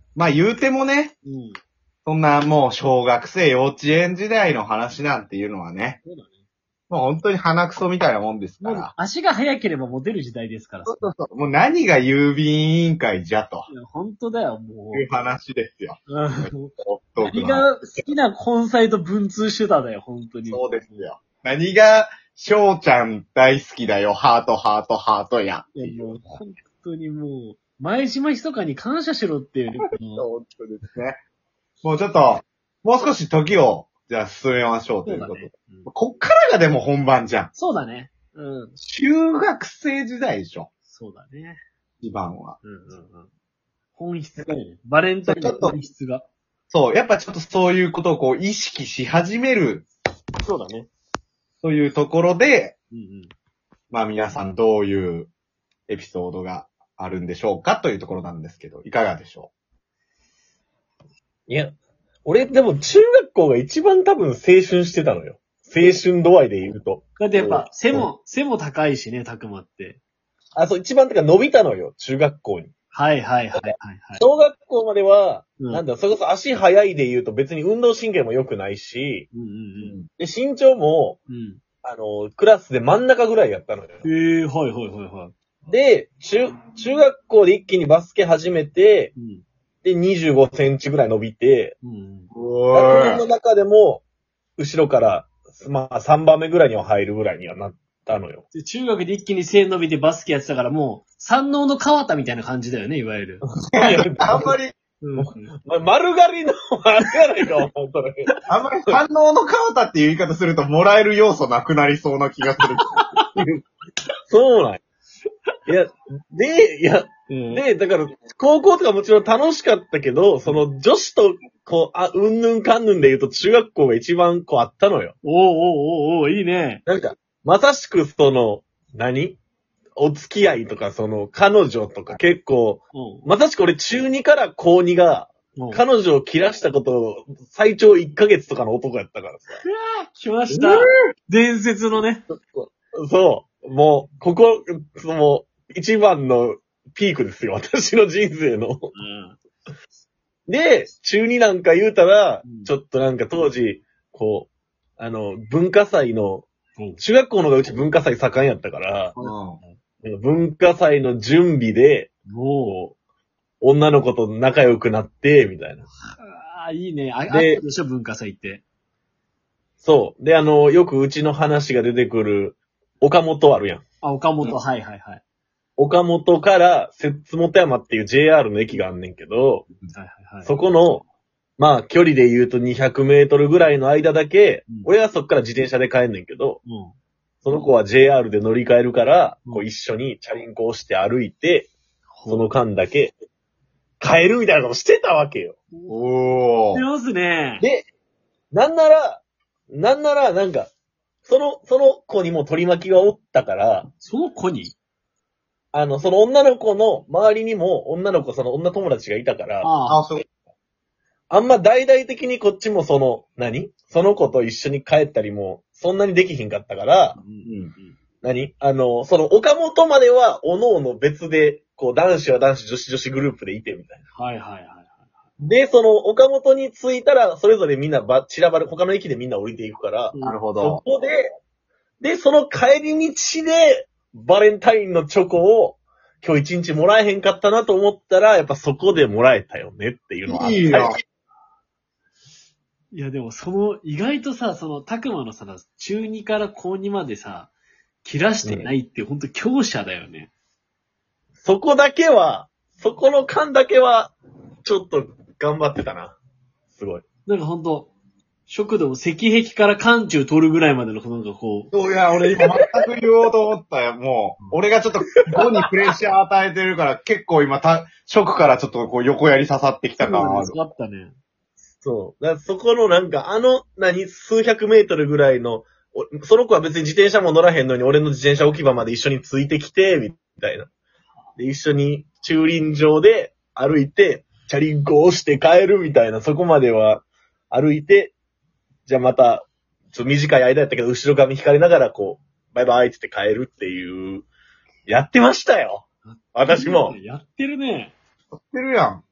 まあ言うてもね、 うん。 そんなもう小学生幼稚園時代の話なんていうのはね、 そうだね。 もう本当に鼻くそみたいなもんですかもうら。 足が速ければモテる時代ですから。 そうそうそう。もう何が郵便委員会じゃといや、本当だよ、もいう話ですよ。 う。うん。 ほっとく何のが好きな根菜と文通してただよ、本当に。 そうですよ。何が翔ちゃん大好きだよ、ハートハートハートや。 いや、もう、本当にもう、前島ひそかに感謝しろっていうね、この本当ですね。もうちょっと、もう少し時を、じゃあ進めましょうということで。 そうだね。うんこっからがでも本番じゃん。 そうだね。うん。 中学生時代でしょ。 そうだね。 一番は。 うんうんうん。本質がね、バレンタインの本質が。 そう、やっぱちょっとそういうことをこう意識し始めるそうだね。 というところで、 うんうん。 まあ皆さんどういうエピソードがあるんでしょうかというところなんですけど、いかがでしょいや、俺でも中学校が一番多分青春してたのよ。青春度合いで言うと。 だってやっぱ、背も高いしね、たくまって。 あ、そう、一番てか伸びたのよ、中学校に。 はいはいはいはいはい。 小学校までは、 うんなんだ、それこそ足速いで言うと別に運動神経も良くないし、 うんうう。 んで、身長も、 うん。 クラスで真ん中ぐらいやったのよ。 はいはいはいはい。 で、中学校で一気にバスケ始めて、 うん。 で、25センチぐらい伸びて、 うん。 学年の中でも、後ろから、まあ、3番目ぐらいには入るぐらいにはなったのよ。 で、中学で一気に背伸びてバスケやってたからもう、山王の川田みたいな感じだよね、いわゆる。 あんまり、 うん。 丸刈りの、あれやないか、お前それ。 あんまり反応の川田っていう言い方するともらえる要素なくなりそうな気がする。 そうなんや。いや、 うん。 で、だから、高校とかもちろん楽しかったけど、その女子と、こう、うんぬんかんぬんで言うと中学校が一番こうあったのよ。 おうおうおうおう、いいね。 なんか、まさしくその、お付き合いとか、その、彼女とか結構、 うまさしく俺中2から高2が、 ん。うん。 彼女を切らしたことを最長1ヶ月とかの男やったからさ。 来ました。伝説のね。 そう。もう、もう、一番のピークですよ。私の人生の。 うん。 で、中2なんか言うたらうん、 ちょっとなんか当時、こう、文化祭のうん、 中学校のがうち文化祭盛んやったから、 うん。 文化祭の準備で、 も女の子と仲良くなって、みたいな。 う、ああ、いいね。あったででしょ、文化祭って。 そう。で、よくうちの話が出てくる、岡本あるやん。 あ、岡本、はいはいはい。 岡本から、摂津本山っていう JR の駅があんねんけど、 はいはいはい。 そこの、まあ、距離で言うと200メートルぐらいの間だけ、 うん俺はそっから自転車で帰んねんけど、 うん。 その子は JR で乗り換えるから、 うんこう一緒にチャリンコをして歩いて、その間だけ、帰るみたいなことしてたわけよ。 おー。 してますね。 で、なんなら、なんか、その子にも取り巻きがおったから、 その子にその女の子の周りにもその女友達がいたから、 ああ、そう。 あんま大々的にこっちもその子と一緒に帰ったりも、そんなにできひんかったから、 うん。 その岡本までは、おのおの別で、こう、男子は男子、女子女子グループでいて、みたいな。 はいはいはい。 で、その、岡本に着いたら、それぞれみんな散らばる、他の駅でみんな降りていくから、そなるほど。 こで、その帰り道で、バレンタインのチョコを、今日一日もらえへんかったなと思ったら、やっぱそこでもらえたよねっていうのはあったいいよ。 いやでも意外とさ、たくまのさ、中2から高2までさ、切らしてないってほんと強者だよね。 そこの間だけは、ちょっと頑張ってたな。すごい。 なんかほんと、食堂、石壁から缶中取るぐらいまでの、なんかこう、 そういや、俺今全く言おうと思ったよ。もう、俺がちょっと5にプレッシャー与えてるから、結構今、ショックからちょっとこう横やり刺さってきた感ある。 あったね。 そう。だからそこのなんか、数百メートルぐらいの、その子は別に自転車も乗らへんのに、俺の自転車置き場まで一緒についてきて、みたいな。で、一緒に駐輪場で歩いて、チャリンコをして帰るみたいな、そこまでは歩いて、じゃあまた、ちょっと短い間やったけど、後ろ髪引かれながら、こう、バイバイって言って帰るっていう、やってましたよ。私も。 やってるね。 やってるやん。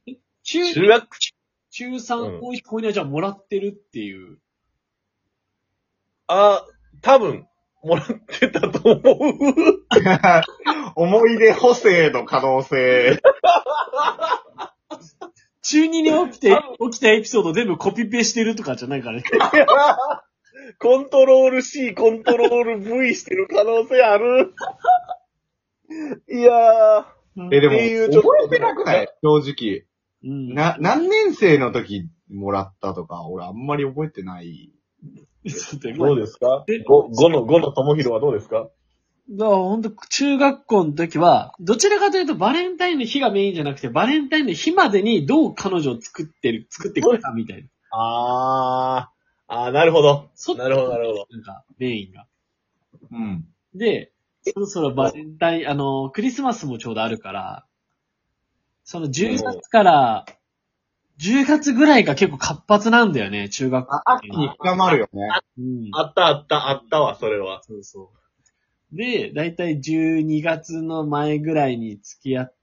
中学中3、高1、高2はじゃあもらってるっていう。 多分、もらってたと思う。 思い出補正の可能性。 中2に起きたエピソード全部コピペしてるとかじゃないからね。 コントロール C、コントロール V してる可能性ある。いやー。 でも、 っていうちょっと覚えてなくない正直。 うん。 何年生の時もらったとか、俺あんまり覚えてない。 どうですか ?5 のともひろはどうですか？ だからほんと、中学校の時は、どちらかというとバレンタインの日がメインじゃなくて、バレンタインの日までにどう彼女を作っていくかみたいな。 なるほど。 そっちなるほど、なるほど。 なんか、メインが。 うん。 で、そろそろバレンタイン、クリスマスもちょうどあるから、その10月から10月ぐらいが結構活発なんだよね、中学校。 秋に深まるよね。 うん。 あったわ、それは。 そうそう。で、だいたい12月の前ぐらいに付き合って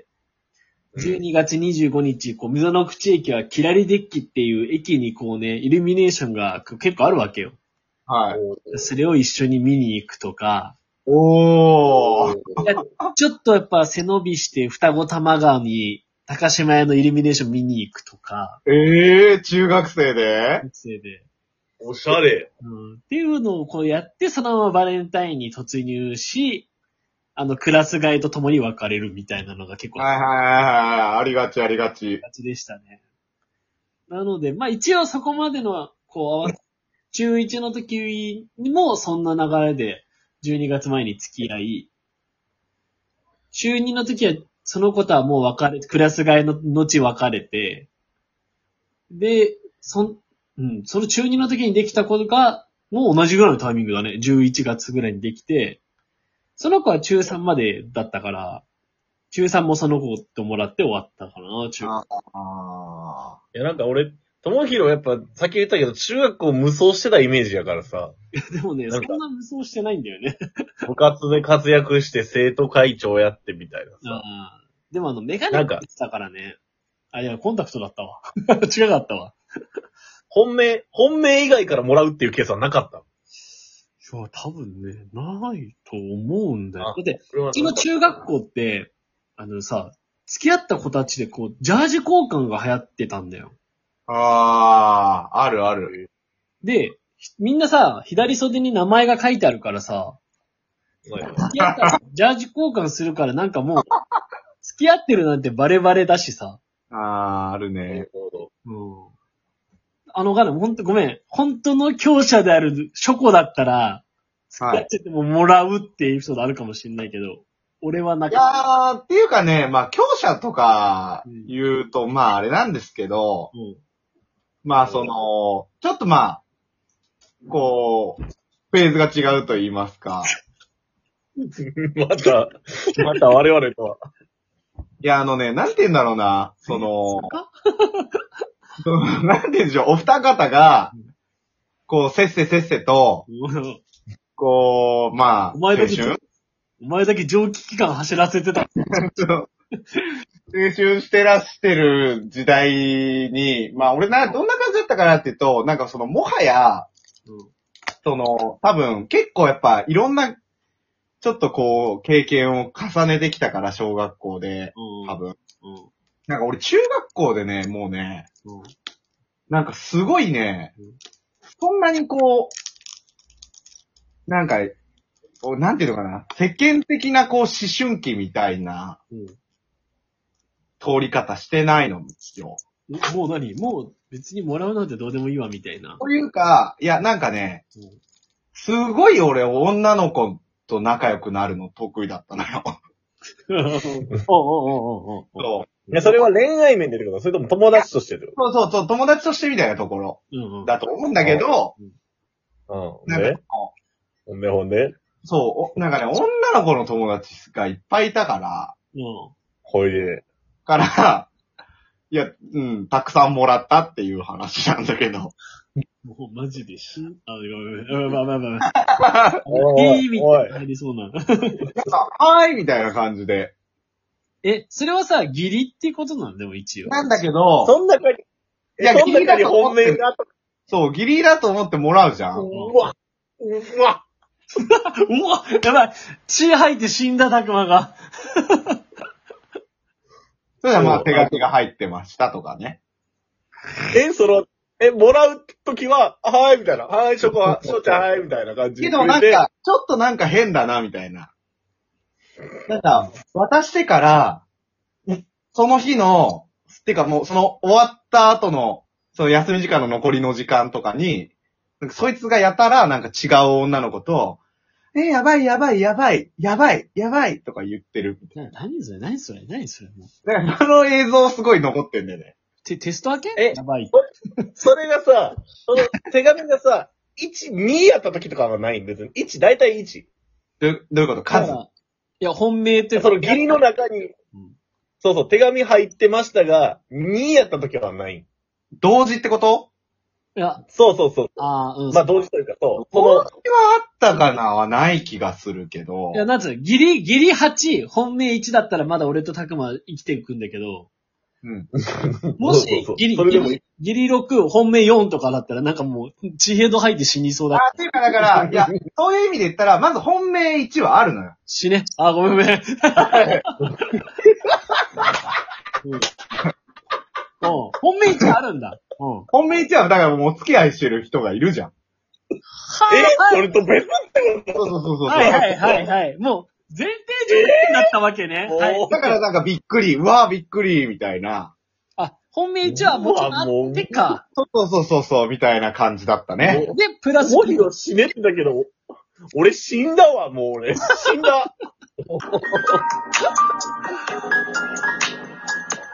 、12月25日、こう、溝の口駅はキラリデッキっていう駅にこうね、イルミネーションが結構あるわけよ。 はい。 それを一緒に見に行くとか、 おー。 ちょっとやっぱ背伸びして双子玉川に高島屋のイルミネーション見に行くとか、 中学生で学生で。 おしゃれ。 っていうのをこうやって、そのままバレンタインに突入し、クラス替えと共に別れるみたいなのが結構はいはいはいはい。ありがちありがち。 形でしたね。なので、まあ一応そこまでの、こう、中1の時にもそんな流れで12月前に付き合い、中2の時はその子とはもうクラス替えの後別れて、で、その中2の時にできた子が、もう同じぐらいのタイミングだね。11月ぐらいにできて、その子は中3までだったから、中3もその子ともらって終わったかな、中学。 いや、なんか俺、ともひろやっぱ、さっき言ったけど、中学校無双してたイメージやからさ。 でもね、そなんかんな無双してないんだよね。 部活で活躍して生徒会長やってみたいなさ。 でもメガネかけてたからね。いや、コンタクトだったわ。違かったわ。 本命以外からもらうっていうケースはなかった。 いや、多分ね、ないと思うんだよ。だって、 ううちの中学校って、付き合った子たちでこう、ジャージ交換が流行ってたんだよ。 あるある。 で、みんなさ、左袖に名前が書いてあるからさ、付き合ったジャージ交換するからなんかもう、付き合ってるなんてバレバレだしさ。 あるね。 なるほど。 ごめん。本当の強者であるショコだったら、付き合っててももらうっていうエピソードあるかもしれないけど、俺はなかった。 っていうかね、まあ、強者とか言うと、まあ、あれなんですけど、まあ、ちょっとまあ、こう、フェーズが違うと言いますか。 また我々とは。 いや、なんて言うんだろうな、なんて言うんでしょう、お二方が、こう、せっせと、こう、まあ、 お前だけ蒸気機関走らせてた。 青春してらしてる時代に、まあ俺どんな感じだったかなっていうと、なんかもはや、多分結構やっぱいろんな、ちょっとこう、経験を重ねてきたから、小学校で、多分。なんか俺中学校でね、もうね、なんかすごいね、そんなにこう、なんか、なんていうのかな、世間的なこう思春期みたいな、通り方してないのよ。 もう別にもらうなんてどうでもいいわみたいな。 というか、いやなんかね、すごい俺女の子と仲良くなるの得意だったのよ。 そう。いや、それは恋愛面でってこと？それとも友達としてってこそう、友達としてみたいなところだと思うんだけど、なんかほんでそう、なんかね、女の子の友達がいっぱいいたから、 ほいで。 いや、たくさんもらったっていう話なんだけど。 もうマジでいいみたいな入りそうな。 はーいみたいな感じで。 それはさ、義理ってことなんでも一応。 なんだけど、 そん中に、 いやそん中に本命があった。 そう、義理だと思ってもらうじゃん。 うわ、うわ、 うわやばい血吐いて死んだたくまが。 それではまあ手書きが入ってましたとかね。 もらうときは、はーい、みたいな。はーい、しょちゃん、はーい、みたいな感じで。 けどなんか、ちょっとなんか変だな、みたいな。なんか、渡してから、その日の、てかもうその終わった後の、その休み時間の残りの時間とかに、なんかそいつがやたらなんか違う女の子と、やばいやばいやばい、やばい、やばいとか言ってる。 何それもう。 だからその映像すごい残ってんだよね。 テスト明けやばい。 それがさ、その手紙がさ、1、2やったときとかはないん別に。1、だいたい1。 どういうこと数いや、本命って。 その義理の中に、そうそう、手紙入ってましたが、2やったときはない。 同時ってこと？ いや、 そうそうそう。 うん。 まあ同時というか、そう。 同時はあったかなはない気がするけど。 いや、なんつうの、義理8、本命1だったらまだ俺とたくま生きていくんだけど、 うん。 もしそうそうそう義それでもいい理6、本命4とかだったらなんかもう、血ヘド吐いて死にそうだ。 っていうかだから、いや、そういう意味で言ったら、まず本命1はあるのよ。 死ね。ごめんごめん。本命1あるんだ。 本命1はだからもうお付き合いしてる人がいるじゃん。 それと別ってことそう。 はい。もう、前提条件だったわけね。はい。 だからなんかびっくり、うわーびっくり、みたいな。 本命1はもちろんあってか。 そう、みたいな感じだったね。 で、プラス。 文字を死ねってだけど、俺死んだわ、もう俺。死んだ。